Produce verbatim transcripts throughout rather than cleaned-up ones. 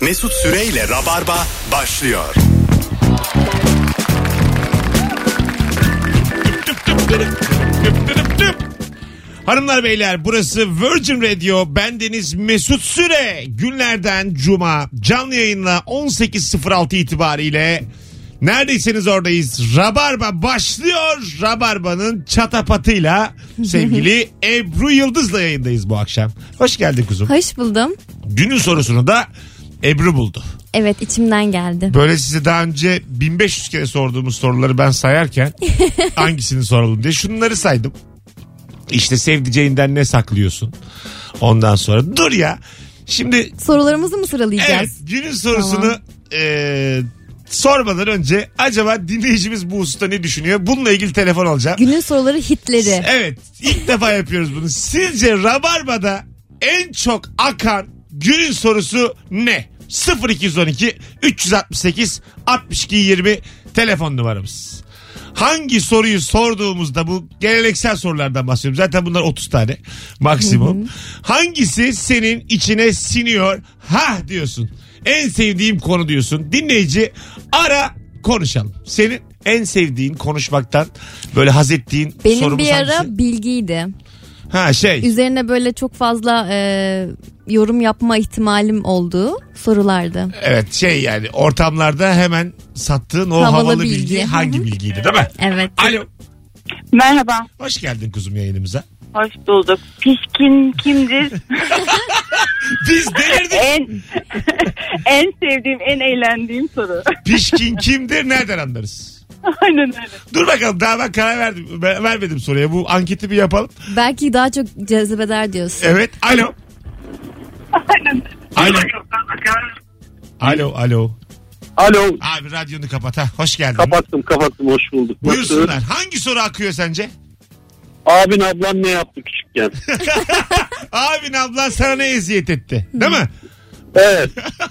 Mesut Süreyle Rabarba başlıyor. Hanımlar beyler, burası Virgin Radio, bendeniz Mesut Süre. Günlerden Cuma canlı yayınla on sekiz sıfır altı itibariyle neredeyseniz oradayız. Rabarba başlıyor. Rabarba'nın çatapatıyla sevgili Ebru Yıldız'la yayındayız bu akşam. Hoş geldin kuzum. Hoş buldum. Günün sorusunu da Ebru buldu. Evet, içimden geldi. Böyle size daha önce bin beş yüz kere sorduğumuz soruları ben sayarken hangisini soralım diye şunları saydım. İşte sevdiceğinden ne saklıyorsun? Ondan sonra dur ya. Şimdi sorularımızı mı sıralayacağız? Evet, günün sorusunu tamam. e, sormadan önce acaba dinleyicimiz bu hususta ne düşünüyor? Bununla ilgili telefon alacağım. Günün soruları hitleri. Evet, ilk defa yapıyoruz bunu. Sizce Rabarba'da en çok akan günün sorusu ne? sıfır iki on iki üç altı sekiz altmış iki yirmi telefon numaramız. Hangi soruyu sorduğumuzda, bu geleneksel sorulardan bahsediyorum. Zaten bunlar otuz tane maksimum. Hı hı. Hangisi senin içine siniyor? Ha diyorsun. En sevdiğim konu diyorsun. Dinleyici ara konuşalım. Senin en sevdiğin, konuşmaktan böyle haz ettiğin benim sorumuz bir ara hangisi? Bilgiydi. Ha şey. Üzerine böyle çok fazla e, yorum yapma ihtimalim olduğu sorulardı. Evet, şey yani ortamlarda hemen sattığın o havalı, havalı bilgi, bilgi hangi bilgiydi, değil mi? Evet. Alo. Merhaba. Hoş geldin kuzum yayınımıza. Hoş bulduk. Pişkin kimdir? Biz delirdik. en en sevdiğim, en eğlendiğim soru. Pişkin kimdir? Nereden anlarız? Aynen öyle. Dur bakalım, daha ben karar verdim. Ben vermedim soruya. Bu anketi bir yapalım. Belki daha çok cezbeder diyorsun. Evet. Alo. Aynen. Alo. Alo. Alo. Alo. Abi radyonu kapat ha. Hoş geldin. Kapattım kapattım, hoş bulduk. Buyursunlar. Hangi soru akıyor sence? Abin ablan ne yaptı küçükken? Abin ablan sana ne eziyet etti? Değil mi? Evet.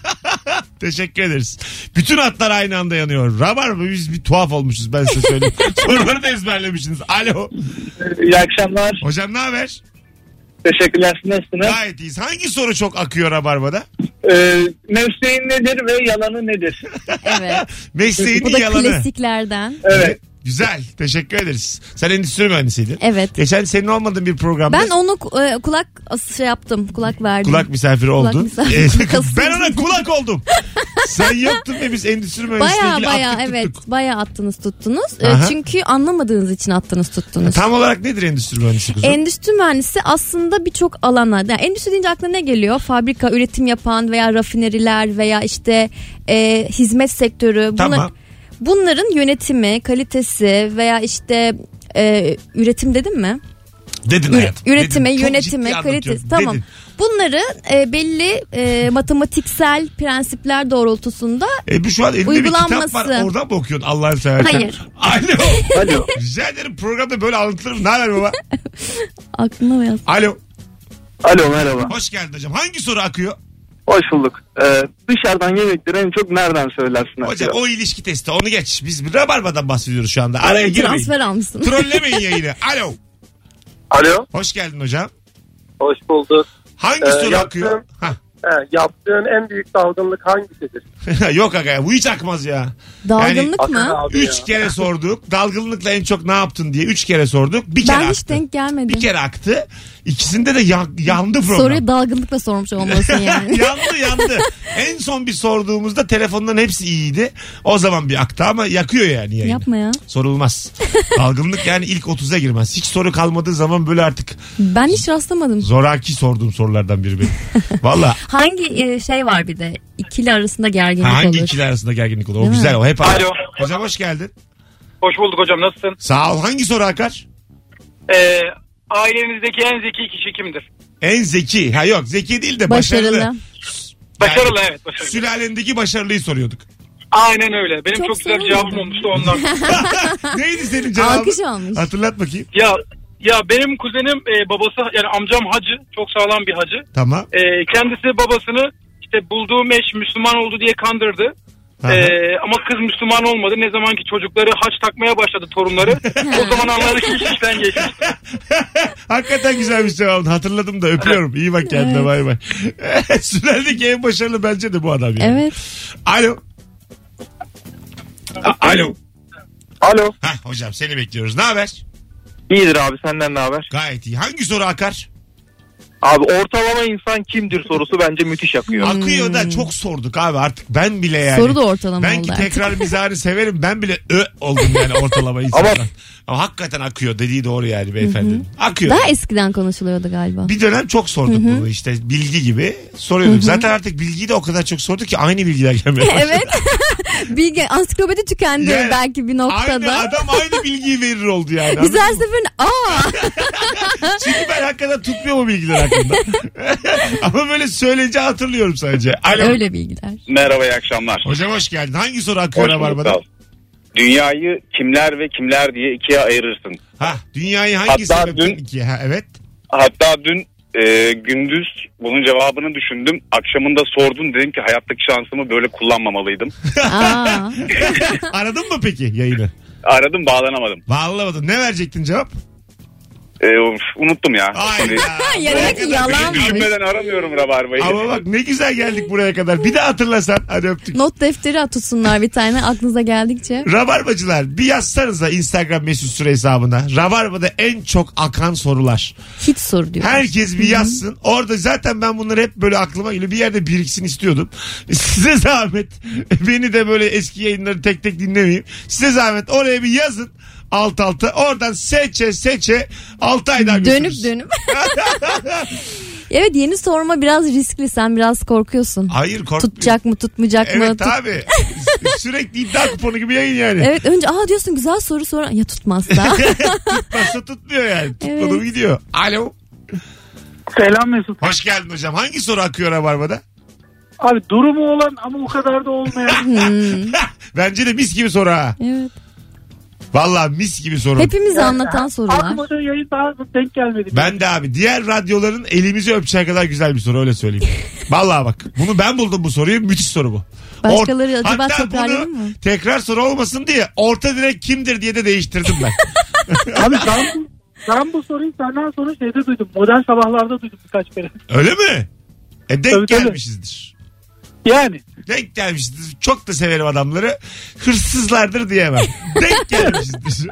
Teşekkür ederiz. Bütün hatlar aynı anda yanıyor. Rabarba, biz bir tuhaf olmuşuz, ben size söyleyeyim. Soruları da ezberlemişsiniz. Alo. İyi akşamlar. Hocam ne haber? Teşekkürler, siz nasılsınız? Gayet iyiyiz. Hangi soru çok akıyor Rabarba'da? Ee, mesleğin nedir ve yalanı nedir? Evet. Mesleğinin Bu da yalanı. klasiklerden. Evet. Güzel. Teşekkür ederiz. Sen endüstri mühendisiydin. Evet. Geçen senin olmadığın bir programda. Ben onu e, kulak şey yaptım. Kulak verdim. Kulak misafiri oldun. Kulak misafiri. Ben ona kulak oldum. Sen yaptın ve biz endüstri mühendisliğiyle baya ilgili baya attık evet. tuttuk. Baya attınız tuttunuz. E, Aha. çünkü anlamadığınız için attınız tuttunuz. Tam olarak nedir endüstri mühendisi kuzum? Endüstri mühendisi aslında birçok alana. Yani endüstri deyince aklına ne geliyor? Fabrika, üretim yapan veya rafineriler veya işte e, hizmet sektörü. Tamam. Bunlar, bunların yönetimi, kalitesi veya işte e, üretim dedim mi? Dedin hayatım. Üretime, Dedin. yönetime, kalitesi. Tamam. Dedin. Bunları e, belli e, matematiksel prensipler doğrultusunda E, bu şu an elinde bir kitap uygulanması. var. Oradan mı okuyorsun Allah'ını seversen? Hayır. Alo. Alo. Rica ederim, programda böyle anlatılır mı? Ne haber baba? Aklıma mı yazdın? Alo. Alo, merhaba. Hoş geldin hocam. Hangi soru akıyor? Hoş bulduk. Ee, dışarıdan yemekleri en çok nereden söylersin? Hocam o ilişki testi, onu geç. Biz Rabarba'dan bahsediyoruz şu anda. Araya girmeyin. Transfer almışsın. Trollemeyin yayını. Alo. Alo. Hoş geldin hocam. Hoş bulduk. Hangi Ee, soru yaptığım, akıyor? Hah. he, yaptığın en büyük dalgınlık hangisidir? Yok aga ya, bu hiç akmaz ya. Dalgınlık Akın mı? abi Üç ya. kere sorduk. Dalgınlıkla en çok ne yaptın diye üç kere sorduk. Bir kere Ben aktı. hiç denk gelmedim. Bir kere aktı. İkisinde de ya- yandı program. Soruyu dalgınlıkla sormuş olmalısın yani. yandı yandı. En son bir sorduğumuzda telefonların hepsi iyiydi. O zaman bir aktı ama yakıyor yani yayını. Yapma ya. Sorulmaz. Dalgınlık yani ilk otuza girmez. Hiç soru kalmadığı zaman böyle artık Ben hiç rastlamadım. zoraki sorduğum sorulardan biri benim. Valla. Hangi e, şey var bir de ikili arasında gerginlik Ha, hangi olur. ikili arasında gerginlik olur? O Değil güzel mi? o hep. Alo. Hocam hoş geldin. Hoş bulduk hocam, nasılsın? Sağ ol. Hangi soru akar? Ee, ailenizdeki en zeki kişi kimdir? En zeki. Ha yok, zeki değil de başarılı. Başarılı. Başarılı, evet başarılı. Sülalendeki başarılıyı soruyorduk. Aynen öyle. Benim Çok çok, güzel bir sevindim. cevabım olmuştu ondan. Neydi senin cevabın? Alkış almış. Hatırlat bakayım. ya ya benim kuzenim e, babası, yani amcam hacı. Çok sağlam bir hacı. Tamam. E, kendisi babasını işte bulduğum eş Müslüman oldu diye kandırdı. Aha. Ee, ama kız Müslüman olmadı. Ne zaman ki çocukları haç takmaya başladı torunları. O zaman anladık ki iş işten geçmiş. Hakikaten güzel bir cevap. Hatırladım da öpüyorum. İyi bak kendine, Evet. bay bay. Süreldeki en başarılı bence de bu adam yani. Evet. Alo. A- Alo. Alo. Hah, hocam seni bekliyoruz. Ne haber? İyidir abi, senden ne haber? Gayet iyi. Hangi soru akar? Abi ortalama insan kimdir sorusu bence müthiş akıyor. Akıyor da çok sorduk abi artık. Ben bile yani. Soru da ortalama Ben oldu ki artık. tekrar mizahını severim. Ben bile ö oldum yani ortalama insandan. Ama, Ama hakikaten akıyor, dediği doğru yani beyefendi. Akıyor. Daha eskiden konuşuluyordu galiba. Bir dönem çok sorduk bunu işte, bilgi gibi soruyorduk. Zaten artık bilgiyi de o kadar çok sorduk ki aynı bilgiler gelmeye başladı. Evet. Bilgi ansiklopedi tükendi Yani belki bir noktada. Aynı adam aynı bilgiyi verir oldu yani. Biz her Anladın mı? seferinde aa Çünkü ben hakikaten tutmuyor mu bilgiler hakkında. Ama böyle söyleyince hatırlıyorum sadece. Alo. öyle bilgiler. Merhaba, iyi akşamlar. Hocam hoş geldin. Hangi soru akıyor Hoş bulduk, Rabarba'da? sağ ol. Dünyayı kimler ve kimler diye ikiye ayırırsın. Ha, dünyayı hangi Hatta sebepten dün- ikiye? Ha, evet. Hatta dün e, gündüz bunun cevabını düşündüm. Akşamında sordun, dedim ki hayattaki şansımı böyle kullanmamalıydım. Aa. Aradın mı peki yayını? Aradım, bağlanamadım. Bağlamadın. Ne verecektin cevap? E, of, unuttum ya. Ay Hani Ya demek ki yalan. düşünmeden aramıyorum Rabarba'yı. Ama bak ne güzel geldik buraya kadar. Bir de hatırlasan. Hadi öptük. Not defteri tutsunlar bir tane aklınıza geldikçe. Rabarbacılar bir yazsanıza Instagram mesut süre hesabına. Rabarba'da en çok akan sorular. Hiç soru diyor. Herkes bir yazsın. Orada zaten ben bunları hep böyle aklıma geliyor. Bir yerde biriksin istiyordum. Size zahmet. Beni de böyle eski yayınları tek tek dinlemeyeyim. Size zahmet oraya bir yazın. Alt alta. Oradan seçe seçe altı aydan Dönüp götürürüz. dönüp. Evet, yeni sorma biraz riskli, sen biraz korkuyorsun. Hayır, korkmuyorum. Tutacak mı tutmayacak mı? Evet Tut- abi. Sürekli iddia kuponu gibi yayın yani. Evet, önce aa diyorsun güzel soru, sonra ya tutmazsa. Tutmazsa tutmuyor yani. Tutmadı Evet. mı gidiyor. Alo. Selam Mesut. Hoş geldin hocam. Hangi soru akıyor Rabarba'da? Abi durumu olan ama o kadar da olmayan. Hmm, Bence de mis gibi soru ha. evet. Vallahi mis gibi soru. Hepimizi anlatan sorular. Aklıma da yayın daha denk gelmedi. Ben de abi diğer radyoların elimizi öpeceği kadar güzel bir soru, öyle söyleyeyim. Vallahi bak bunu ben buldum bu soruyu, müthiş soru bu. Başkaları acaba Hatta tekrarladı bunu mı? tekrar soru olmasın diye orta direk kimdir diye de değiştirdim ben. Abi ben bu, ben bu soruyu senden sonra şeyde duydum. Modern Sabahlar'da duydum birkaç kere. Öyle mi? E denk Tabii, tabii. gelmişizdir. Yani. Denk gelmişizdir. Çok da severim adamları. Hırsızlardır diyemem. Denk gelmişizdir.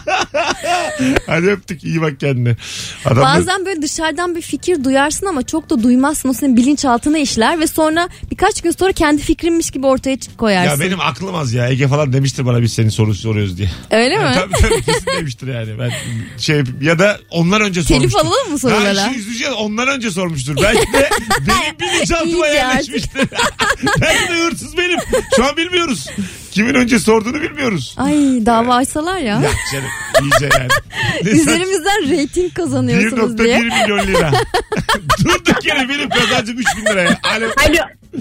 Hadi öptük. İyi bak kendine. Adamlar... Bazen böyle dışarıdan bir fikir duyarsın ama çok da duymazsın. O senin bilinçaltına işler ve sonra birkaç gün sonra kendi fikrinmiş gibi ortaya çık- koyarsın. Ya benim aklım az ya. Ege falan demiştir bana biz senin soru soruyoruz diye. Öyle mi? Tabii tabii kesin demiştir yani. Ben şey ya da onlar önce sormuştur. Telif alalım mı sorulara? Ya şu üzücü, onlar önce sormuştur. Belki de benim bilinçaltıma İyice yerleşmiştir. Belki de hırsız benim. Şu an bilmiyoruz. Kimin önce sorduğunu bilmiyoruz. Ay, dava açsalar ya. Ya canım iyice yani. Üzerimizden reyting bir kazanıyorsunuz nokta diye. bir milyon lira. Durduk yere benim kazancım üç bin lira ya. Alo. Alo.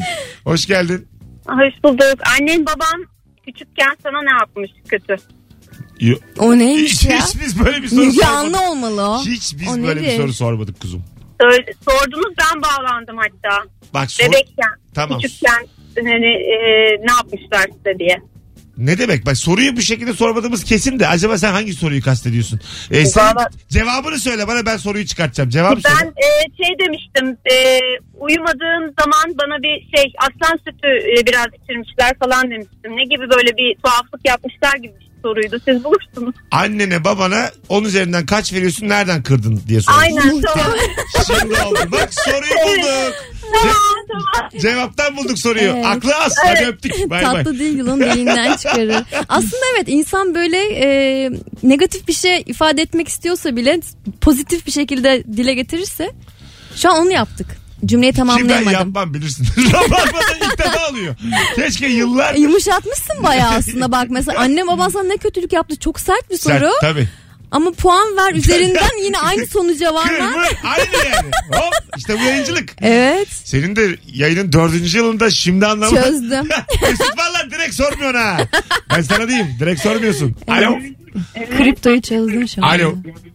Hoş geldin. Hoş bulduk. Annen baban küçükken sana ne yapmış kötü? Yo- O neymiş Hiç, ya? hiç biz böyle bir soru Müge sormadık. Anlı olmalı o. Hiç biz O böyle bir nedir? soru sormadık kuzum. Söyle- Sordunuz, ben bağlandım hatta. Bak sor. Bebekken, Tamam. küçükken hani, e, ne yapmışlar size diye. Ne demek? Bak soruyu bu şekilde sormadığımız kesin de acaba sen hangi soruyu kastediyorsun? Ee, sen Valla- cevabını söyle bana, ben soruyu çıkartacağım. Cevabı Ben söyle. e, şey demiştim, e, uyumadığım zaman bana bir şey aslan sütü e, biraz içirmişler falan demiştim. Ne gibi böyle bir tuhaflık yapmışlar gibi bir soruydu. Siz bulursunuz. Annene babana on üzerinden kaç veriyorsun, nereden kırdın diye sordum. Aynen, tamam. Şimdi oldu. Bak soruyu bulduk. Tamam tamam. Cevaptan bulduk soruyu. Evet. Aklı az. Hadi öptük. Bay bay. Tatlı değil, yılanın dilinden çıkarır. Aslında evet, insan böyle e, negatif bir şey ifade etmek istiyorsa bile pozitif bir şekilde dile getirirse, şu an onu yaptık. Cümleyi Ki ben tamamlayamadım. yapmam bilirsin. Rabarba'da ilk defa alıyor. Keşke yıllar. Yumuşatmışsın bayağı aslında, bak mesela annem baban sana ne kötülük yaptı, çok sert bir soru. Sert, tabii. Ama puan ver üzerinden yine aynı sonuca varma. Kırmır. Aynı yani. Hop. İşte bu yayıncılık. Evet, Senin de yayının dördüncü yılında şimdi anlamadım. çözdüm. Mesut valla direkt sormuyorsun ha. Ben sana diyeyim. Direkt sormuyorsun. Alo. Kriptoyu çözdüm şu an. Alo.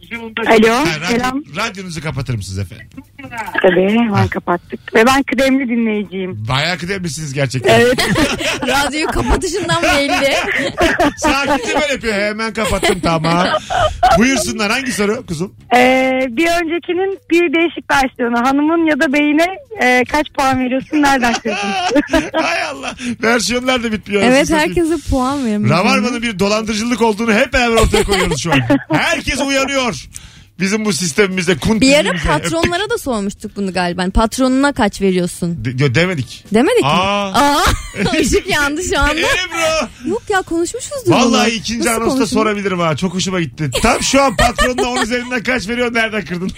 Alo, Ha, selam. radyo, radyonuzu kapatır mısınız efendim? Tabii hemen kapattık. Ve ben kıdemli dinleyiciyim. Bayağı kıdemlisiniz gerçekten. Evet. Radyoyu kapatışından belli. Sakince böyle yapıyor. Hemen kapattım, tamam. Buyursunlar, hangi soru kuzum? Ee, bir öncekinin bir değişik versiyonu. Hanımın ya da beyine e, kaç puan veriyorsun? Nereden kırdın? Hay Allah. Versiyonlar da bitmiyor. Evet, Siz herkese puan verin. Rabarba'nın bir dolandırıcılık olduğunu hep beraber ortaya koyuyoruz şu an. Herkes uyanıyor. Bizim bu sistemimizde, kunt Bir ara dilimize. patronlara da sormuştuk bunu galiba. Yani patronuna kaç veriyorsun? De- demedik. Demedik mi? Aa. Aa, ışık yandı şu anda. Ebru. Yok ya, konuşmuşuzdur. Vallahi bunu. ikinci Nasıl anonsta konuşulur? sorabilirim ha. Çok hoşuma gitti. Tam şu an patronuna on üzerinden kaç veriyor, nereden kırdın?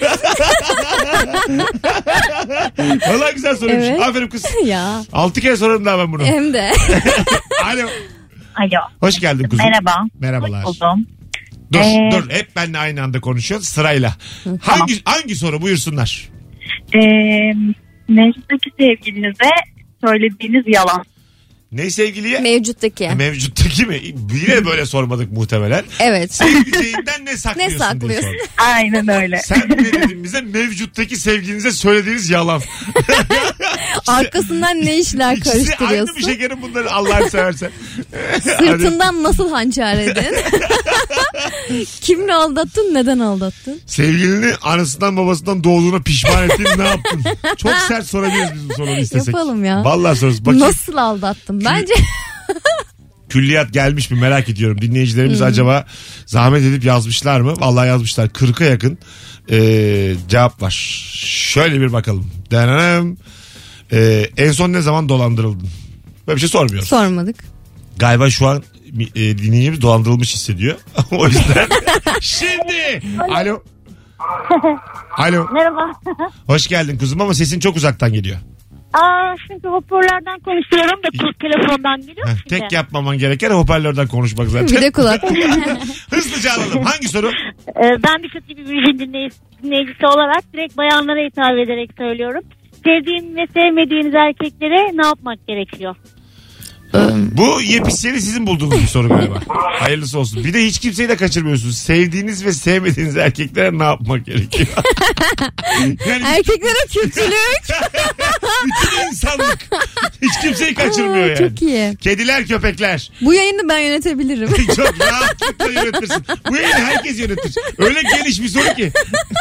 Vallahi güzel soruymuş. Evet. Aferin kız. Ya. Altı kere sorarım daha ben bunu. Hem de. Alo. Alo. Hoş geldin kuzum. Merhaba. Merhabalar. Hoş buldum. Dur Ee, dur, hep benimle aynı anda konuşuyoruz sırayla. Hangi hangi soru, buyursunlar. Ee, mevcuttaki sevgilinize söylediğiniz yalan. Ne sevgiliye? Mevcuttaki. E, Mevcuttaki mi? Yine böyle sormadık muhtemelen. Evet. Sevdiceğinden ne saklıyorsun, Ne saklıyorsun? diye sordum. Aynen öyle. Sen ne dedin bize? Mevcuttaki sevgilinize söylediğiniz yalan. Arkasından ne işler İkisi aynı karıştırıyorsun? bir şekerin bunları, Allah'ını seversen. Sırtından nasıl hançer edin? Kimle aldattın, neden aldattın? Sevgilini anasından babasından doğduğuna pişman ettin, ne yaptın? Çok sert sorabiliriz biz bu soruyu istesek. Yapalım ya. Vallahi sorarız. Bakayım. Nasıl aldattın? Bence Külliyat gelmiş mi merak ediyorum. Dinleyicilerimiz Hmm. acaba zahmet edip yazmışlar mı? Vallahi yazmışlar. kırka yakın e, cevap var. Şöyle bir bakalım. Denenem. E, en son ne zaman dolandırıldın? Böyle bir şey sormuyoruz. sormadık. Galiba şu an e, dinleyicimiz dolandırılmış hissediyor. O yüzden. Şimdi. Alo. Alo. Merhaba. Hoş geldin kuzum ama sesin çok uzaktan geliyor. Aa, çünkü hoparlörden konuşuyorum da telefondan geliyor. Heh, tek yapmaman gereken hoparlörden konuşmak zaten. Bir de kulak. Hızlıca alalım. Hangi soru? Ee, ben bir kötü bir müzik dinley- dinleyicisi olarak direkt bayanlara hitap ederek söylüyorum. Sevdiğin ve sevmediğiniz erkeklere ne yapmak gerekiyor? Bu yepyeni sizin bulduğunuz bir soru galiba. Hayırlısı olsun. Bir de hiç kimseyi de kaçırmıyorsunuz. Sevdiğiniz ve sevmediğiniz erkeklere ne yapmak gerekiyor? Yani Erkeklere kötülük. bütün insanlık. Hiç kimseyi kaçırmıyor Aa, yani. çok iyi. Kediler, köpekler. Bu yayını ben yönetebilirim. Çok rahatlıkla yönetirsin. Bu yayını herkes yönetir. Öyle geniş bir soru ki.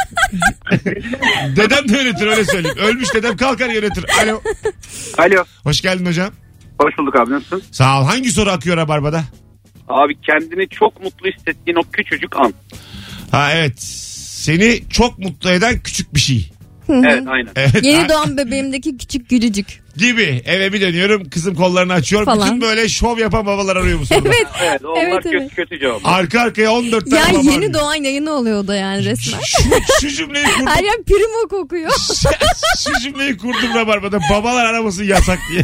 Dedem de yönetir, öyle söyleyeyim. Ölmüş dedem kalkar yönetir. Alo. Alo. Hoş geldin hocam. Hoş bulduk abi, nasılsın? Sağ ol. Hangi soru akıyor Rabarba'da? Abi kendini çok mutlu hissettiğin o küçücük an. Ha evet. Seni çok mutlu eden küçük bir şey. Evet aynen. Evet, Yeni ha- doğan bebeğimdeki küçük gülücük. gibi. Eve bir dönüyorum, kızım kollarını açıyor. Falan. Bütün böyle şov yapan babalar arıyor bu soruda. Evet. Evet onlar Evet, kötü evet. kötü cevap. Arka arkaya on dört tane Ya baba yeni arıyor. doğan yayını oluyor o da yani resmen. Şu, şu cümleyi kurdum. Her yer primo kokuyor. Şu cümleyi kurdum Rabarba'da. Babalar araması yasak diye.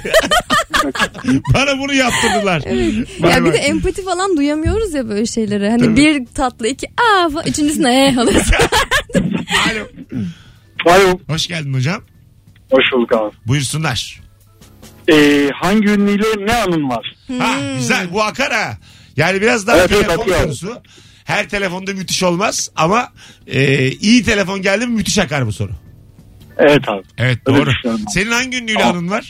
Bana bunu yaptırdılar. Bay Ya bir bay. de empati falan duyamıyoruz ya böyle şeyleri. Hani bir tatlı, iki aa falan. Üçüncüsüne e alırız. Alo. Alo. Hoş geldin hocam. Hoş bulduk abi. Buyursunlar. Ee, hangi ünlüyle ne anın var? Ha güzel, bu akar ha. Yani biraz daha Evet, evet, telefon akıyor. konusu. Her telefonda müthiş olmaz ama e, iyi telefon geldi mi müthiş akar bu soru. Evet abi. Evet Öyle doğru. düşünüyorum. Senin hangi ünlüyle anın var?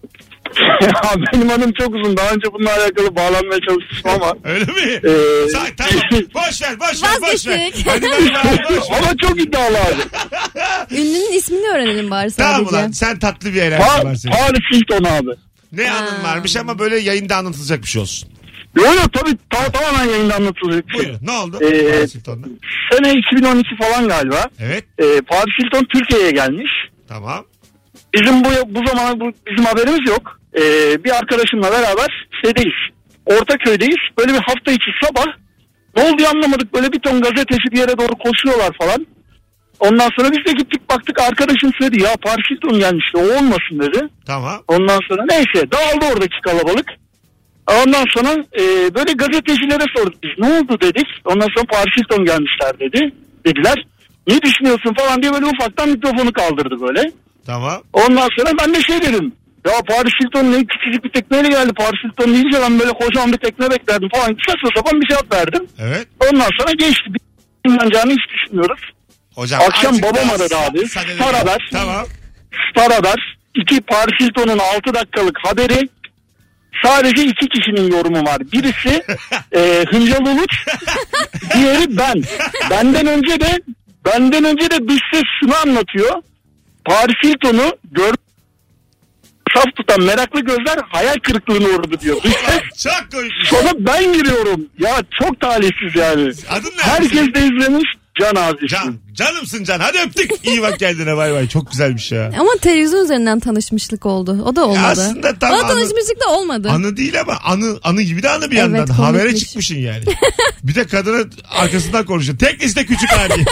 Ya benim anım çok uzun. Daha önce bununla alakalı bağlanmaya çalıştım ama. Öyle mi? Ee, Sa- tamam. Boş ver, boş ver, boş ver. Vazgeçtik. Hadi bay bay, boş ver. Ama çok iddialı abi. Ünlünün ismini öğrenelim bari sadece. Tamam ulan, sen tatlı bir enerjin var Pa- senin. Paris Hilton abi. Ne anın varmış ama böyle yayında anlatılacak bir şey olsun. Yok yok tabii ta- tamamen yayında anlatılacak. Buyurun, ne oldu? Ee, Paris Hilton'da. Sene iki bin on iki falan galiba. Evet, Ee, Paris Hilton Türkiye'ye gelmiş. tamam. Bizim bu bu zamana bu, bizim haberimiz yok. Ee, bir arkadaşımla beraber şeydeyiz. Ortaköy'deyiz. Böyle bir hafta içi sabah. Ne oldu anlamadık. Böyle bir ton gazeteci bir yere doğru koşuyorlar falan. Ondan sonra biz de gittik baktık, arkadaşım söyledi ya Paris Hilton gelmişti, o olmasın dedi. Tamam. Ondan sonra neyse dağıldı oradaki kalabalık. Ondan sonra e, böyle gazetecilere sorduk biz, ne oldu dedik. Ondan sonra Paris Hilton gelmişler dedi. Dediler ne düşünüyorsun falan diye böyle ufaktan mikrofonu kaldırdı böyle. Tamam. Ondan sonra ben de şey dedim. Ya Paris Hilton ne küçücük bir tekneyle geldi. Paris Hilton deyince ben böyle kocaman bir tekne beklerdim falan. Saçma sapan bir cevap verdim. Evet. Ondan sonra geçti. yayınlanacağını hiç düşünmüyoruz. Hocam, akşam babam aradı abi. Star Haber. Tamam. Star Haber. İki Paris Hilton'un altı dakikalık haberi. Sadece iki kişinin yorumu var. Birisi e, Hıncal Uluç, diğeri ben. Benden önce de benden önce de dış ses şunu anlatıyor. Paris Hilton'u gör saf tutan meraklı gözler hayal kırıklığına uğradı diyor. Dış ses. Çok komik. Sonra ben giriyorum. Ya çok talihsiz yani. Adın ne? Herkes de izlemiş. Can abi. Can. Canımsın Can. Hadi öptük. İyi bak kendine, bay bay. Çok güzelmiş ya. Ama televizyon üzerinden tanışmışlık oldu. O da olmadı. Ya aslında tam o da anı, tanışmışlık da olmadı. Anı değil ama anı anı gibi de anı bir Evet, yandan. komikmiş. Habere çıkmışsın yani. Bir de kadına arkasından konuşuyor. Teknesi de küçük hali.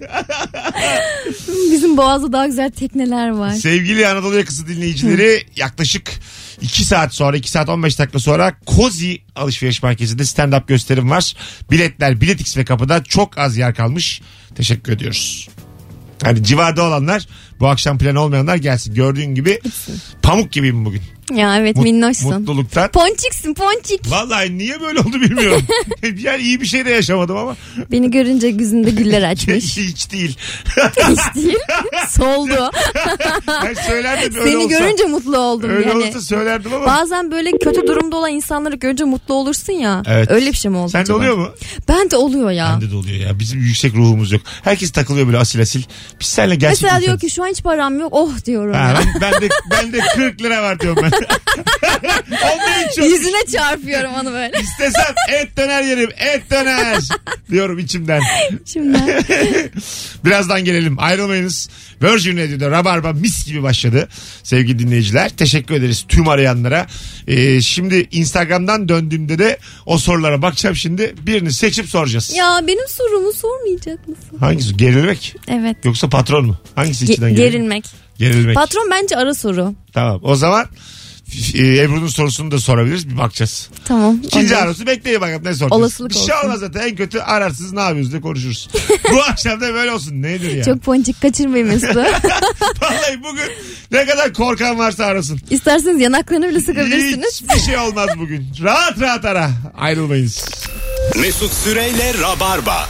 Bizim Boğaz'da daha güzel tekneler var. Sevgili Anadolu Yakası dinleyicileri, yaklaşık iki saat sonra, iki saat on beş dakika sonra Kozi Alışveriş Merkezi'nde stand-up gösterim var. Biletler Biletix ve kapıda, çok az yer kalmış. Teşekkür ediyoruz. Hani civarda olanlar, bu akşam plan olmayanlar gelsin. Gördüğün gibi pamuk gibiyim bugün. Ya evet, Mut, minnoşsun. Mutluluktan. Ponçiksin ponçik. Vallahi niye böyle oldu bilmiyorum. Yani iyi bir şey de yaşamadım ama. Beni görünce yüzünde güller açmış. Hiç değil. Hiç değil. Soldu. Ben söylerdim öyle Seni olsa. görünce mutlu oldum öyle yani. olsa söylerdim ama. Bazen böyle kötü durumda olan insanları görünce mutlu olursun ya. Evet. Öyle bir şey mi oldu Sen acaba? de oluyor mu? Ben de oluyor ya. Bende de oluyor ya. Bizim yüksek ruhumuz yok. Herkes takılıyor böyle asil asil. Biz seninle gerçekten... Mesela diyor ki şu an hiç param yok. Oh diyorum ha, ya. ben, ben de, ben de kırk lira var diyorum ben. Ondan çok... Yüzüne çarpıyorum onu böyle. İstesem et döner yerim. Et döner diyorum içimden. Şimdiden. Birazdan gelelim. Ayrılmayınız. Virgin Radio'da Rabarba mis gibi başladı. Sevgili dinleyiciler, teşekkür ederiz tüm arayanlara. Ee, şimdi Instagram'dan döndüğümde de o sorulara bakacağım şimdi. Birini seçip soracağız. Ya benim sorumu sormayacak mısın? Hangisi? Gerilmek? Evet. Yoksa patron mu? Hangisi Ge- içinden geliyor? gerilmek. Gerilmek. Patron bence ara soru. Tamam. O zaman e, Ebru'nun sorusunu da sorabiliriz. Bir bakacağız. Tamam. İkinci olur. arası bekleyin bakalım ne soracağız. Olasılık bir şey olsun. olmaz zaten. En kötü ararsınız, ne yapıyorsunuz diye konuşuruz. Bu akşam da böyle olsun. Nedir ya? Çok ponçik kaçırmayın Mesut'u. Vallahi bugün ne kadar korkan varsa arasın. İsterseniz yanaklarını bile sıkabilirsiniz. Hiçbir şey olmaz bugün. Rahat rahat ara. Ayrılmayız. Mesut Süreyle Rabarba.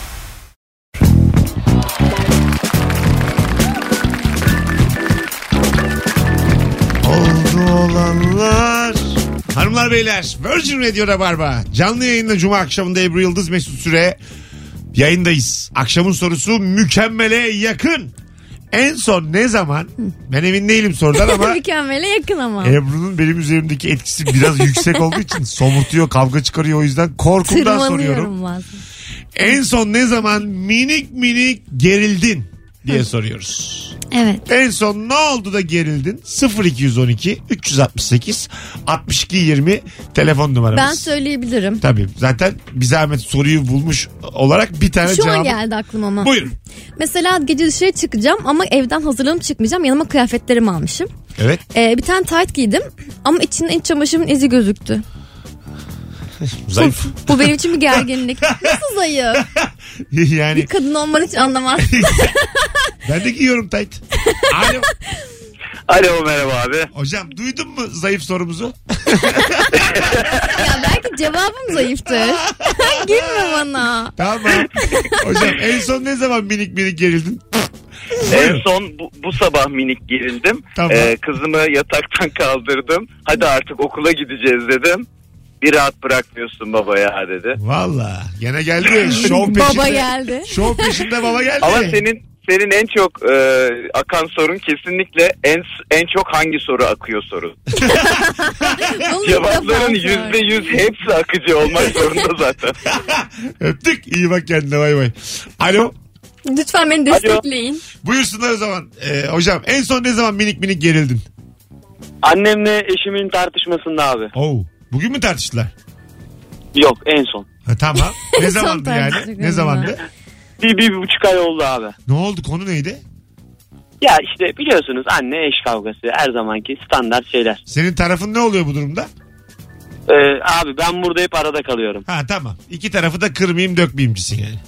Oldu olanlar. Hanımlar beyler, Virgin Radio Rabarba canlı yayında Cuma akşamında Ebru Yıldız, Mesut Süre yayındayız. Akşamın sorusu mükemmele yakın. En son ne zaman? Ben emin değilim sorudan ama Mükemmele yakın ama. Ebru'nun benim üzerimdeki etkisi biraz yüksek olduğu için somurtuyor, kavga çıkarıyor, o yüzden korkumdan soruyorum. Tırmanıyorum bazen. En son ne zaman minik minik gerildin diye soruyoruz. Evet. En son ne oldu da gerildin? sıfır iki on iki üç altı sekiz altmış iki yirmi telefon numaramız. Ben söyleyebilirim. Tabii zaten bir zahmet soruyu bulmuş olarak bir tane Şu cevabı. an geldi aklıma ama. Buyurun. Mesela gece dışarı çıkacağım ama evden hazırlanıp çıkmayacağım. Yanıma kıyafetlerimi almışım. Evet. Ee, bir tane tayt giydim ama içinde iç çamaşırımın izi gözüktü. Zayıf. Bu benim için bir gerginlik. Nasıl zayıf? Yani Bir kadın olman hiç anlamaz. ben de giyiyorum tayt. Alo. Alo merhaba abi. Hocam duydun mu zayıf sorumuzu? Ya belki cevabım zayıftır. Gülme bana. Tamam. Hocam en son ne zaman minik minik gerildin? En son bu, bu sabah minik gerildim. Tamam. Ee, kızımı yataktan kaldırdım. Hadi artık okula gideceğiz dedim. Bir rahat bırakmıyorsun baba ya dedi. Valla gene geldi. Şov peşinde. Baba geldi. Şov peşinde baba geldi. Ama senin senin en çok e, akan sorun kesinlikle en en çok hangi soru akıyor sorun. Cevapların yüzde yüz hepsi akıcı olmak zorunda zaten. Öptük. İyi bak kendine, bay bay. Alo. Lütfen beni destekleyin. Buyursunlar o zaman. Ee, hocam en son ne zaman minik minik gerildin? Annemle eşimin tartışmasında abi. Oo. Bugün mü tartıştılar? Yok en son. Ha, tamam. Ne En son zamandı yani? tartıştık Ne zamandı? Bir, bir buçuk ay oldu abi. Ne oldu? Konu neydi? Ya işte biliyorsunuz anne eş kavgası her zamanki standart şeyler. Senin tarafın ne oluyor bu durumda? Ee, abi ben burada hep arada kalıyorum. Ha tamam. İki tarafı da kırmayayım dökmeyeyimcisin yani.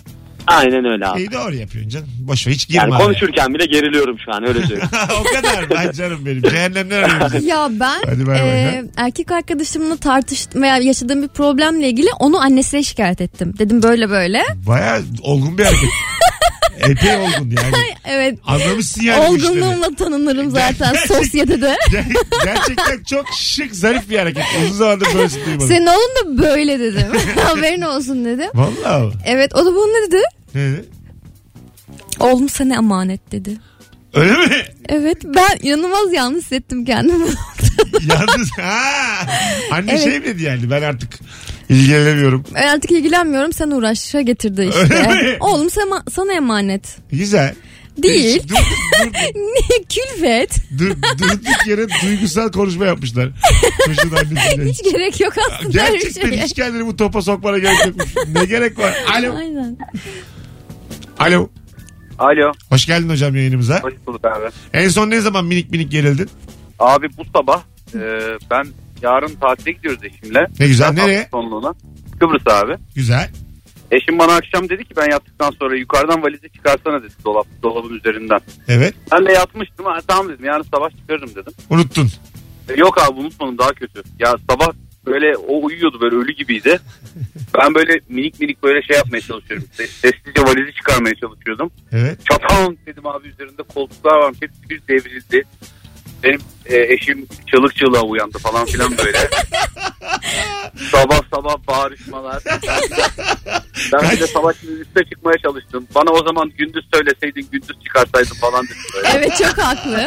Aynen öyle abi. İyi doğru yapıyorsun canım. Boş ver hiç girme. Yani abi. konuşurken bile geriliyorum şu an öyle söyleyeyim. O kadar. Ay canım benim. Cehennemden arıyorum. Ya ben Hadi bay bay, e, erkek arkadaşımla tartıştım veya yaşadığım bir problemle ilgili onu annesine şikayet ettim. Dedim böyle böyle. Bayağı olgun bir hareket. Epey olgun yani. Evet. Anlamışsın yani. Olgunluğumla tanınırım zaten Gerçek- sosyetede. Ger- Gerçekten çok şık, zarif bir hareket. Uzun zamandır böylesi duymadım. Senin oğlun da böyle dedim. Haberin olsun dedim. Vallahi. Evet o da bunu ne dedi? Ne dedi? Oğlum sana emanet dedi. Öyle mi? Evet ben inanılmaz yalnız hissettim kendimi. Yalnız ha. Anne Evet. şey mi dedi yani ben artık ilgilenemiyorum. Ben artık ilgilenmiyorum sen uğraşa getirdi Öyle işte. mi? Oğlum sana, sana emanet. Güzel. Değil. Hiç dur- dur- Niye külfet? dur- Durduk yere duygusal konuşma yapmışlar. Çocuğun annesiyle. Hiç gerek yok aslında öyle bir Gerçekten şeye. hiç kendini bu topa sokmana gerek yokmuş. Ne gerek var? Alo. Aynen. Alo. Alo. Hoş geldin hocam yayınımıza. Hoş bulduk abi. En son ne zaman minik minik gerildin? Abi bu sabah e, ben yarın tatile gidiyoruz eşimle. Ne güzel, Ben nereye? hafta sonluğuna. Kıbrıs abi. Güzel. Eşim bana akşam dedi ki ben yattıktan sonra yukarıdan valizi çıkarsana dedi dolap, dolabın üzerinden. Evet. Ben de yatmıştım. Ha, tamam dedim yarın sabah çıkarırım dedim. Unuttun. E, yok abi unutmadım daha kötü. Ya sabah böyle o uyuyordu böyle ölü gibiydi. Ben böyle minik minik böyle şey yapmaya çalışıyorum. İşte sessizce valizi çıkarmaya çalışıyordum. Evet. Çatan dedim abi üzerinde koltuklar var. Hepsi bir devrildi. Benim e, eşim çığlık çığlığa uyandı falan filan böyle. sabah sabah bağırışmalar. Ben bir de sabah şimdi üste çıkmaya çalıştım. Bana o zaman gündüz söyleseydin gündüz çıkarsaydın falan dedim böyle. Evet çok haklı.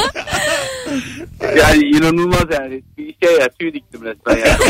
Yani inanılmaz yani. Bir şey ya tüy diktim resmen yani.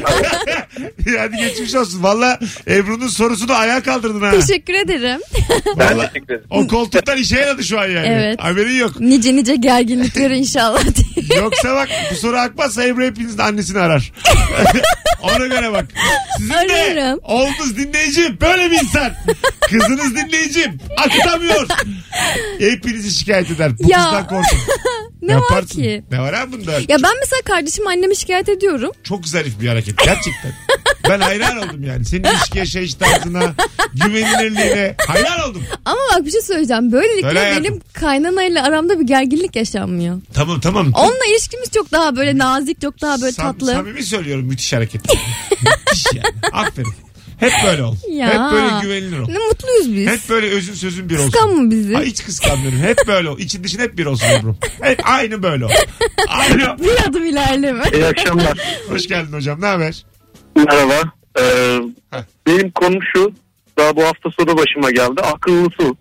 Hadi geçmiş olsun. Valla Ebru'nun sorusunu ayağa kaldırdın ha. Teşekkür ederim. Ben Vallahi teşekkür ederim. o koltuktan işe yaradı şu an yani. Evet. Haberin yok. Nice nice gerginlikleri inşallah diye. Yoksa bak bu soru akmazsa Ebru hepinizin annesini arar. Ona göre bak. Sizin de Ararım. oğlunuz dinleyicim böyle bir insan. Kızınız dinleyicim akıtamıyor. Hepinizi şikayet eder. Bu Ya. kızdan korkun. Ne Yaparsın. var ki? Ne var ha bunda? Ya ben mesela kardeşim anneme şikayet ediyorum. Çok zarif bir hareket gerçekten. Ben hayran oldum yani. Senin ilişki yaşayış tarzına, güvenilirliğine hayran oldum. Ama bak bir şey söyleyeceğim. Böylelikle Söyle hayatım. benim kaynanayla aramda bir gerginlik yaşanmıyor. Tamam tamam. Onunla ilişkimiz çok daha böyle nazik, çok daha böyle Sam- tatlı. Samimi söylüyorum müthiş hareket. Müthiş yani. Aferin. Hep böyle ol. Ya. Hep böyle güvenilir ol. Ne mutluyuz biz. Hep böyle özün sözün bir olsun. Kıskanma bizi. Ay, hiç kıskanmıyorum. Hep böyle ol. İçin dışın hep bir olsun Ebru. Hep aynı böyle ol. Aynı. Bir adım ilerleme. İyi akşamlar. Hoş geldin hocam. Ne haber? Merhaba. Ee, Heh. benim konum şu. Daha bu hafta sonu başıma geldi. Akıllı su.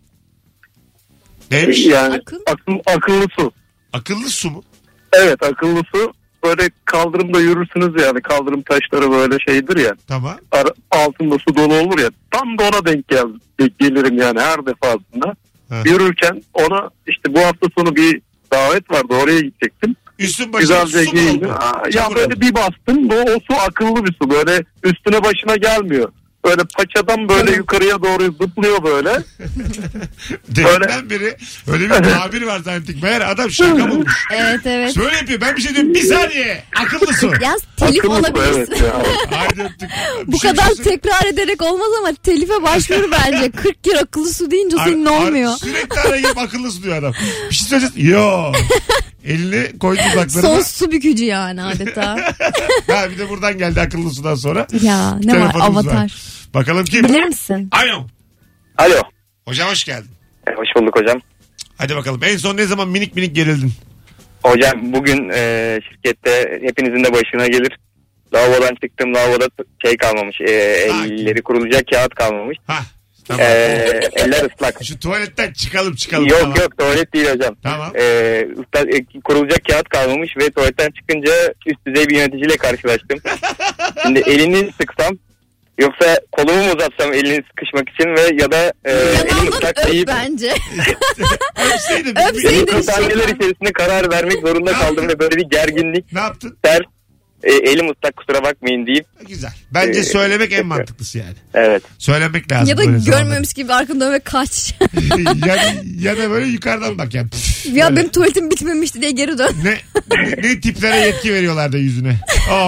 Neymiş? Yani Akıl? akıl, akıllı su. Akıllı su mu? Evet akıllı su. Böyle kaldırımda yürürsünüz yani. Kaldırım taşları böyle şeydir ya. Tamam. Ara, altında su dolu olur ya. Tam da ona denk gel, denk gelirim yani her defasında. Ha. Yürürken ona işte bu hafta sonu bir davet vardı. Oraya gidecektim. Üstün başına Güzelce su mu giyindim. oldu? Aa, Ya Çamur böyle oldu. bir bastım. Bu, o su akıllı bir su. Böyle üstüne başına gelmiyor. Böyle paçadan böyle yukarıya doğru zıplıyor böyle. Deminden beri öyle bir tabir var zannettik. Meğer adam şaka bulmuş. Evet evet. Şöyle yapıyor. Ben bir şey diyorum. Bir saniye. Akıllı su. Ya telif Akıllı su olabilirsin. evet ya. Haydi öptük. Bir Bu şey- kadar bir şey- tekrar ederek olmaz ama telife başvur bence. kırk kere akıllı su deyince senin Ar- ar- olmuyor. Sürekli arayıp akıllı su diyor adam. Bir şey söyleyeceğiz. Yo. Elini koydu Son uzaklarına. su bükücü yani adeta. Ha bir de buradan geldi akıllı sudan sonra. Ya ne var Telefonumuz var. avatar. Bakalım kim? Bilir misin? Alo. Alo. Hocam hoş geldin. Hoş bulduk hocam. Hadi bakalım. En son ne zaman minik minik gerildin? Hocam bugün e, şirkette hepinizin de başına gelir. Lavabodan çıktım lavaboda şey kalmamış. E, elleri kurulacak kağıt kalmamış. Ha. Tamam. E, eller ıslak. Şu tuvaletten çıkalım çıkalım. Yok tamam. yok tuvalet değil hocam. Tamam. E, ıslak, e, kurulacak kağıt kalmamış ve tuvaletten çıkınca üst düzey bir yöneticiyle karşılaştım. Şimdi elini sıksam yoksa kolumu mu uzatsam elini sıkışmak için ve ya da e, elim Yanağından ıslak öp deyip bence. Öpseydin. Öpseydin. bu saniyeler içerisinde karar vermek zorunda kaldım ve böyle bir gerginlik Ne yaptın? ter e, elim ıslak kusura bakmayın deyip Güzel. Bence Ee, söylemek en mantıklısı yani. evet. Söylemek lazım. Ya da böyle zamanlarda. görmüyormuş gibi arkanda dön ve kaç. ya, ya da böyle yukarıdan bak yani. Püf, Ya böyle. benim tuvaletim bitmemişti diye geri dön. Ne, ne, ne tiplere yetki veriyorlar da yüzüne. Oo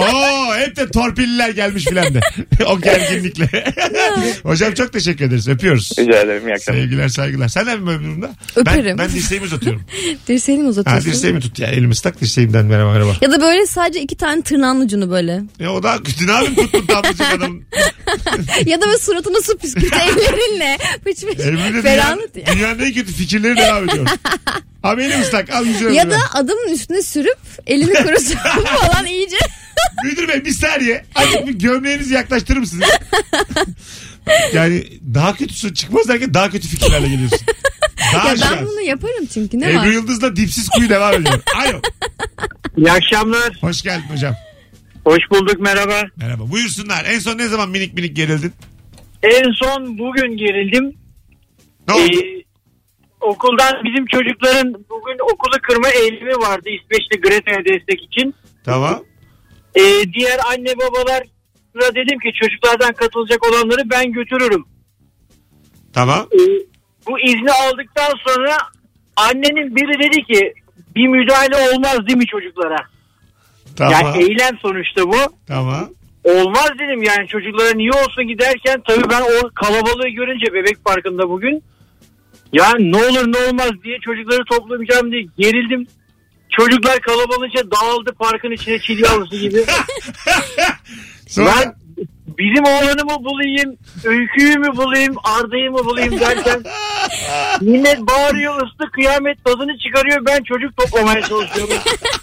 Bravo. Hep de torpilliler gelmiş filan de. O gerginlikle. Hocam çok teşekkür ederiz. Öpüyoruz. Rica ederim. İyi akşamlar. Sevgiler saygılar. Sen de mi böyle bir durumda? Öperim. Ben, ben dirseğimi uzatıyorum. Dirseğini mi Ha, uzatıyorsun? dirseğimi tut ya. Elimi ıslak dirseğimden merhaba merhaba. Ya da böyle sadece iki tane tırnağın ucunu böyle. Ya o da kötü. Ne yapayım tuttun damlacık adamın. Ya da böyle suratına su püskürt ellerinle. Fıç fıç. Emre'de Ferahlık dünyanın, ya. dünyanın en kötü fikirleri devam ediyor. Abi elim ıslak. Al yüzüne. Ya da adamın üstüne sürüp elini kurusun falan iyice. Müdür bey bir saniye. Azıcık bir gömleğinizi yaklaştırır mısınız? Yani daha kötüsü çıkmaz derken daha kötü fikirlerle geliyorsun. Daha Ya ben aşağı. bunu yaparım çünkü ne var? Ebru Yıldız'la dipsiz kuyu devam ediyor. Alo. İyi akşamlar. Hoş geldin hocam. Hoş bulduk, merhaba. Merhaba. Buyursunlar. En son ne zaman minik minik gerildin? En son bugün gerildim. Ne oldu? Ee, okuldan bizim çocukların bugün okulu kırma eğilimi vardı İsveçli Greta'ya destek için. Tamam. Ee, diğer anne babalar dedim ki çocuklardan katılacak olanları ben götürürüm. Tamam. Ee, bu izni aldıktan sonra annenin biri dedi ki bir müdahale olmaz değil mi çocuklara? Tamam. Yani eylem sonuçta bu. Tamam. Olmaz dedim yani çocuklara niye olsun giderken tabii ben o kalabalığı görünce bebek parkında bugün ya ne olur ne olmaz diye çocukları toplamayacağım diye gerildim. Çocuklar kalabalıkça dağıldı parkın içine çil yavrusu gibi. Sonra... Ben bizim oğlanı mı bulayım, Öykü'yü mü bulayım, Arda'yı mı bulayım derken millet bağırıyor, ıslı kıyamet tadını çıkarıyor. Ben çocuk toplamaya çalışıyorum.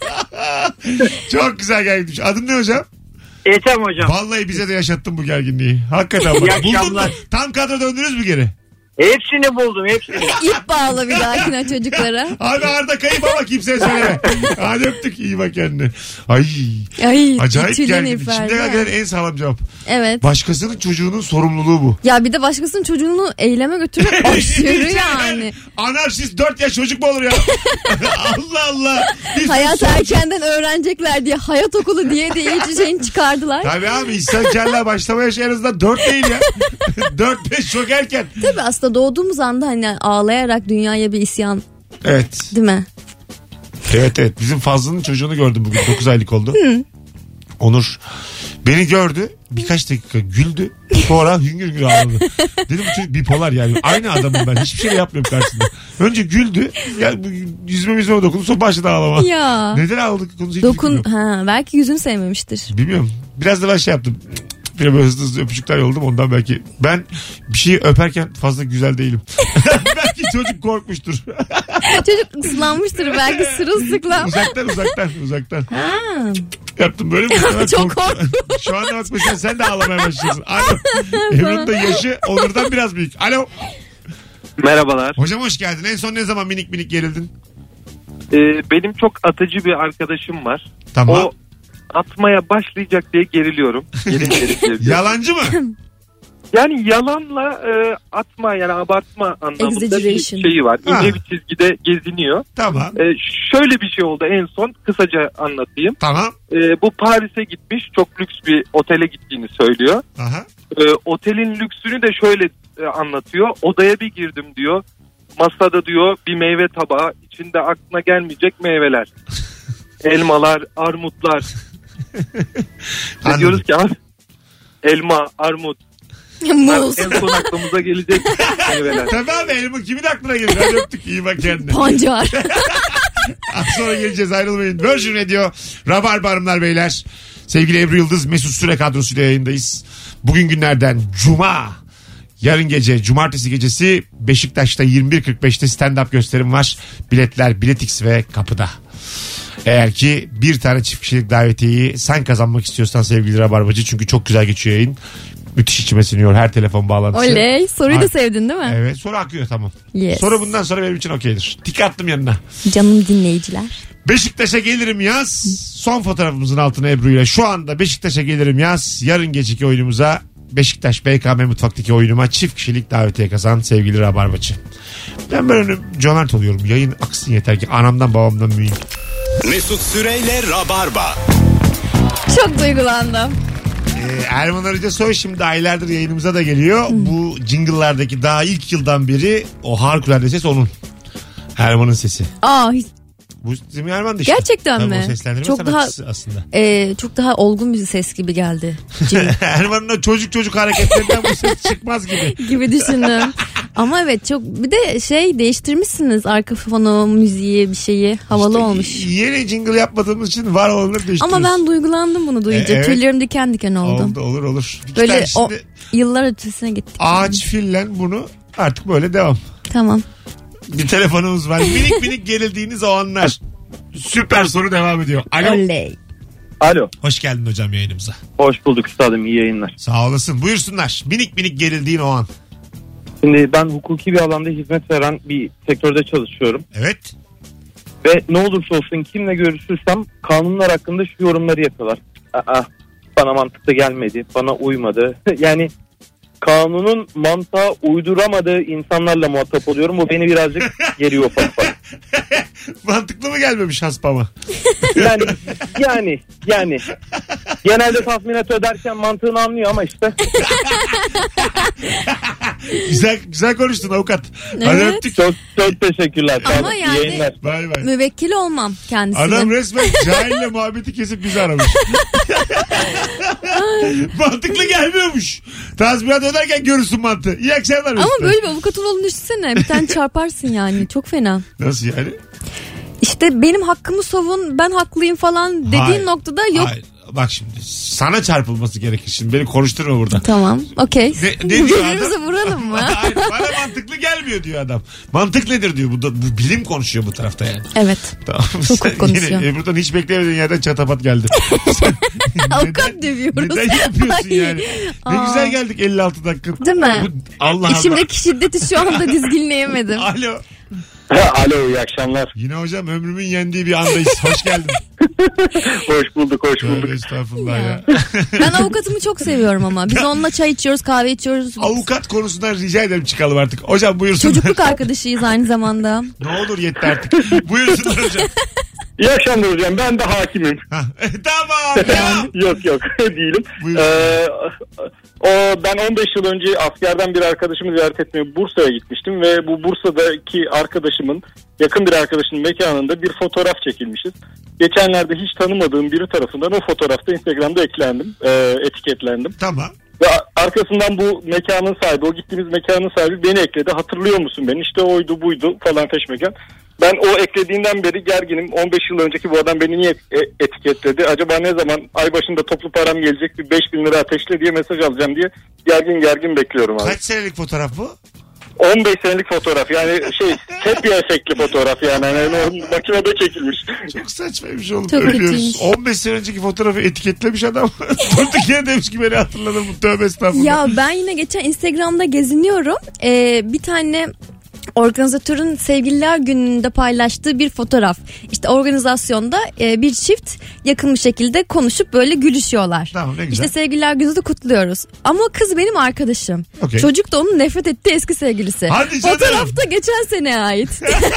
Çok güzel gerginmiş. Adın ne hocam? Ethem hocam. Vallahi bize de yaşattın bu gerginliği. Hakikaten bak. Buldun mu? Tam kadro döndünüz mü geri? Hepsini buldum hepsini. İp bağla bir dahakine çocuklara. Abi Arda kayıp ama kimseye söyleme. Hadi öptük, iyi bak kendine. Ay. Ay, acayip tüylerin gergin. ürperdi, Şimdiye ha. kadar gelen en sağlam cevap. Evet. Başkasının çocuğunun sorumluluğu bu. Ya bir de başkasının çocuğunu eyleme götürüp aşırı yani. Anarşist dört yaş çocuk mu olur ya? Allah Allah. Bir Hayat sonuç- erkenden öğrenecekler diye hayat okulu diye de iyice şeyini çıkardılar. Tabii abi isyankarlığa başlama yaşı en azından dört değil ya. dört beş çok erken. Tabii aslında doğduğumuz anda hani ağlayarak dünyaya bir isyan Evet. değil mi? Evet evet. Bizim Fazlı'nın çocuğunu gördüm bugün. dokuz aylık oldu. Hı. Onur beni gördü. Birkaç dakika güldü. Sonra hüngür hüngür ağladı. Dedim bu çocuk bipolar yani. Aynı adamım ben. Hiçbir şey yapmıyorum karşısında. Önce güldü. Yani yüzüme yüzüme dokundu. Sonra başladı ağlama. Ya. Neden ağladık konusu hiç Dokun fikrim yok. ha belki yüzünü sevmemiştir. Bilmiyorum. Biraz da ben şey yaptım. Bir böyle hızlı hızlı öpücükler yolladım ondan belki. Ben bir şeyi öperken fazla güzel değilim. Belki çocuk korkmuştur. Çocuk ıslanmıştır belki sırılsıklam. uzaktan uzaktan uzaktan. Ha. Yaptım böyle mi? Çok korktum. Şu anda bak mesela sen de ağlamaya başlıyorsun. Alo. Ebru'nun da yaşı Onur'dan biraz büyük. Alo. Merhabalar. Hocam hoş geldin. En son ne zaman minik minik gerildin? Ee, benim çok atıcı bir arkadaşım var. Tamam. O atmaya başlayacak diye geriliyorum. Gerin gerin geriliyorum. Yalancı mı? Yani yalanla e, atma yani abartma anlamında bir Exaggeration. şeyi var. Ha. İnce bir çizgide geziniyor. Tamam. E, şöyle bir şey oldu en son kısaca anlatayım. Tamam. E, bu Paris'e gitmiş çok lüks bir otele gittiğini söylüyor. Aha. E, otelin lüksünü de şöyle e, anlatıyor. Odaya bir girdim diyor. Masada diyor bir meyve tabağı içinde aklına gelmeyecek meyveler. Elmalar, armutlar. Ve diyoruz ki abi, elma, armut. Muz. En son aklımıza gelecek meyveler. Tabii abi elma kimin aklına gelir? Hadi öptük. İyi bak kendine. Pancar. Az sonra geleceğiz ayrılmayın. Virgin Radio Rabarba Hanımlar Beyler. Sevgili Ebru Yıldız Mesut Süre kadrosuyla yayındayız. Bugün günlerden Cuma. Yarın gece Cumartesi gecesi Beşiktaş'ta yirmi bir kırk beşte stand-up gösterim var. Biletler Biletix ve kapıda. Eğer ki bir tane çift kişilik davetiyeyi sen kazanmak istiyorsan sevgili Rabarbacı, çünkü çok güzel geçiyor yayın. Müthiş içime siniyor her telefon bağlantısı. Oley. Soruyu da Ay. sevdin değil mi? Evet, soru akıyor tamam. Yes. Soru bundan sonra benim için okeydir. Tik attım yanına. Canım dinleyiciler. Beşiktaş'a gelirim yaz. Son fotoğrafımızın altına Ebru ile şu anda Beşiktaş'a gelirim yaz. Yarın geceki oyunumuza Beşiktaş B K M Mutfak'taki oyunuma çift kişilik davetiye kazan sevgili Rabarbacı. Ben böyle cömert oluyorum. Yayın aksın yeter ki anamdan babamdan büyüyeyim. Mesut Süreyle Rabarba. Çok duygulandım. Ee, Erman Arıca Soy şimdi aylardır yayınımıza da geliyor. Hmm. Bu jingle'lardaki daha ilk yıldan beri o harikulade ses onun. Erman'ın sesi. Aa hiç Bu Semih Erman da işte. Gerçekten Tabii mi? o seslendirme Çok daha aslında. E, çok daha olgun bir ses gibi geldi. Erman'ın o çocuk çocuk hareketlerinden bu ses çıkmaz gibi. gibi düşündüm. Ama evet çok bir de şey değiştirmişsiniz arka fonu, müziği bir şeyi havalı İşte olmuş. Yeni jingle yapmadığımız için var olanları değiştiriyoruz. Ama ben duygulandım bunu duyunca. E, evet. Tüylerim diken diken oldu. Oldu olur olur. İki Böyle tane o şimdi yıllar ötesine gittik. ağaç fillen bunu artık böyle devam. Tamam. Bir telefonumuz var. Minik minik gerildiğiniz o anlar. Süper soru devam ediyor. Alo. Oley. Alo. Hoş geldin hocam yayınımıza. Hoş bulduk üstadım, iyi yayınlar. Sağ olasın. Buyursunlar. Minik minik gerildiğin o an. Şimdi ben hukuki bir alanda hizmet veren bir sektörde çalışıyorum. Evet. Ve ne olursa olsun kimle görüşürsem kanunlar hakkında şu yorumları yapıyorlar. Aa, bana mantıklı gelmedi, bana uymadı. Yani kanunun mantığa uyduramadığı insanlarla muhatap oluyorum. Bu beni birazcık geriyor ufak ufak. Mantıklı mı gelmemiş haspama? Yani yani yani genelde tazminat öderken mantığını anlıyor ama işte. güzel güzel konuştun avukat. Evet. Hadi öptük. Çok çok teşekkürler. Ama Tamam, yani- iyi yayınlar. Bay bay. Müvekkil olmam kendisine. Adam resmen cahille muhabbeti kesip bizi aramış. Mantıklı gelmiyormuş. Tazminat öderken görürsün mantığı. İyi akşamlar. Ama Mesut. böyle bir avukatın olduğunu düşünsene. Bir tane çarparsın yani. Çok fena. Nasıl yani? İşte benim hakkımı savun, ben haklıyım falan dediğin Hayır. noktada yok. Hayır. Bak şimdi sana çarpılması gerekir. Şimdi beni konuşturma burada. Tamam, okey. Ne, ne diyor Birbirimize adam? vuralım mı? Hayır, bana mantıklı gelmiyor diyor adam. Mantık nedir diyor. Bu, da, bu bilim konuşuyor bu tarafta yani. Evet. Tamam. Çok Sen konuşuyor. Yine, e, buradan hiç beklemediğin yerden çatapat geldi. Avukat dövüyoruz. Neden yapıyorsun yani? Ne Aa. güzel geldik elli altı dakika. Değil mi? Bu, Allah Allah. İçimdeki şiddeti şu anda dizginleyemedim. Alo. Alo, iyi akşamlar. Yine hocam ömrümün yendiği bir andayız. Hoş geldin. Hoş bulduk, hoş bulduk. Tövbe estağfurullah ya. Ben avukatımı çok seviyorum ama. Biz onunla çay içiyoruz, kahve içiyoruz. Avukat konusundan rica ederim çıkalım artık. Hocam buyursunlar. Çocukluk arkadaşıyız aynı zamanda. Ne olur yetti artık. Buyursunlar hocam. İyi akşamlar hocam. Ben de hakimim. Tamam. Devam. yok yok değilim. Ee, o ben on beş yıl önce askerden bir arkadaşımı ziyaret etmeye Bursa'ya gitmiştim ve bu Bursa'daki arkadaşımın yakın bir arkadaşının mekanında bir fotoğraf çekilmişiz. Geçenlerde hiç tanımadığım biri tarafından o fotoğrafta Instagram'da eklendim, e, etiketlendim. Tamam. Ve arkasından bu mekanın sahibi, o gittiğimiz mekanın sahibi beni ekledi. Hatırlıyor musun beni? İşte oydu buydu falan peşmeken. Ben o eklediğinden beri gerginim. on beş yıl önceki bu adam beni niye e- etiketledi? Acaba ne zaman ay başında toplu param gelecek, bir beş bin lira ateşle diye mesaj alacağım diye gergin gergin bekliyorum abi. Kaç senelik fotoğraf bu? on beş senelik fotoğraf yani şey sepya efektli fotoğraf yani, yani makinede çekilmiş. Çok saçmaymış oğlum. Çok Ölüyoruz. kötüymüş. on beş sene önceki fotoğrafı etiketlemiş adam. Durduk yere demiş ki beni hatırladım. Tövbe estağfurullah. Ya ben yine geçen Instagram'da geziniyorum. Ee, bir tane organizatörün sevgililer gününde paylaştığı bir fotoğraf. İşte organizasyonda e, bir çift yakın bir şekilde konuşup böyle gülüşüyorlar. Tamam, ne güzel. İşte sevgililer gününü de kutluyoruz. Ama kız benim arkadaşım. Okay. Çocuk da onun nefret ettiği eski sevgilisi. Hadi canım. Fotoğrafta geçen seneye ait.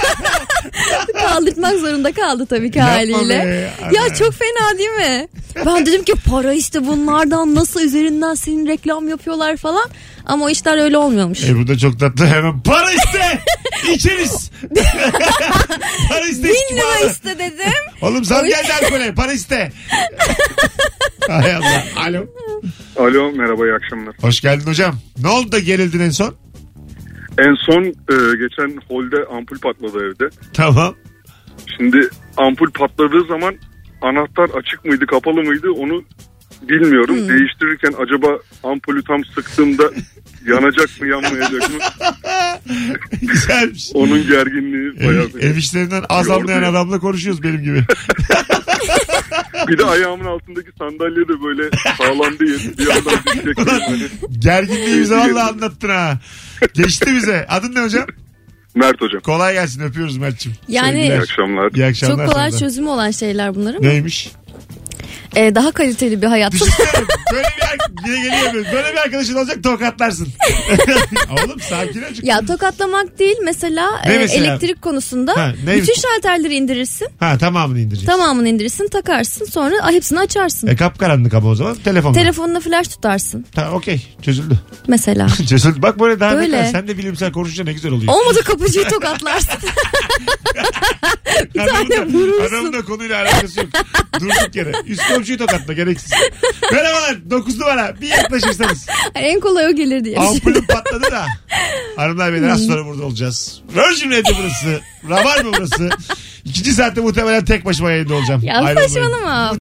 Kaldırtmak zorunda kaldı tabii ki Yapma haliyle. be, Ya ana. çok fena değil mi? Ben dedim ki para işte bunlardan nasıl üzerinden senin reklam yapıyorlar falan. Ama o işler öyle olmuyormuş. Ebru da çok tatlı, hemen para iste. İçeriz. Para iste. Bin lira iste dedim. Oğlum zam O- geldi alkole. Para iste. Hay Allah. Alo. Alo, merhaba, iyi akşamlar. Hoş geldin hocam. Ne oldu da gerildin en son? En son e, geçen holde ampul patladı evde. Tamam. Şimdi ampul patladığı zaman anahtar açık mıydı kapalı mıydı onu bilmiyorum. Hmm. Değiştirirken acaba ampulü tam sıktığımda yanacak mı yanmayacak mı? Güzelmiş. Onun gerginliği bayağı. Ev, ev işlerinden az Yordu anlayan ya. adamla konuşuyoruz benim gibi. Bir de ayağımın altındaki sandalye de böyle sağlam değil. Bir yandan düşecek. Yani. Gerginliği bize valla anlattın ha. Geçti bize. Adın ne hocam? Mert hocam. Kolay gelsin, öpüyoruz Mert'cim. Yani- Sevgiler. İyi akşamlar. İyi akşamlar. Çok kolay sana da. çözümü olan şeyler bunlar ama. Neymiş? Ee, daha kaliteli bir hayat. Düşünsene böyle bir, bir geliyor, böyle bir arkadaşın olacak, tokatlarsın. Oğlum sakin ol. Ya tokatlamak değil mesela, Ne e, mesela? elektrik konusunda Ha, ne- bütün şalterleri indirirsin. Ha, tamamını indireceksin. Tamamını indirirsin, takarsın, sonra hepsini açarsın. E kapkaranlık ama o zaman telefonla. Telefonuna flash tutarsın Tamam, okey, çözüldü. mesela. Çözüldü. Bak böyle daha Böyle. ne kadar. Sen de bilimsel konuşunca ne güzel oluyor. Olmadı kapıcıyı tokatlarsın. Bir tane vurursun. Adamın da konuyla alakası yok. Durduk yere. Üst komşuyu tokatla gereksiz. Merhabalar, dokuz numara. Bir yaklaşırsanız. En kolay o gelir diye. Ampulüm patladı da. Hanımlar beyler, az sonra burada olacağız. Virgin Radio burası. Rabarba burası. İkinci saatte muhtemelen tek başıma yayında olacağım. Ya Ayrılmayın. saçmalama.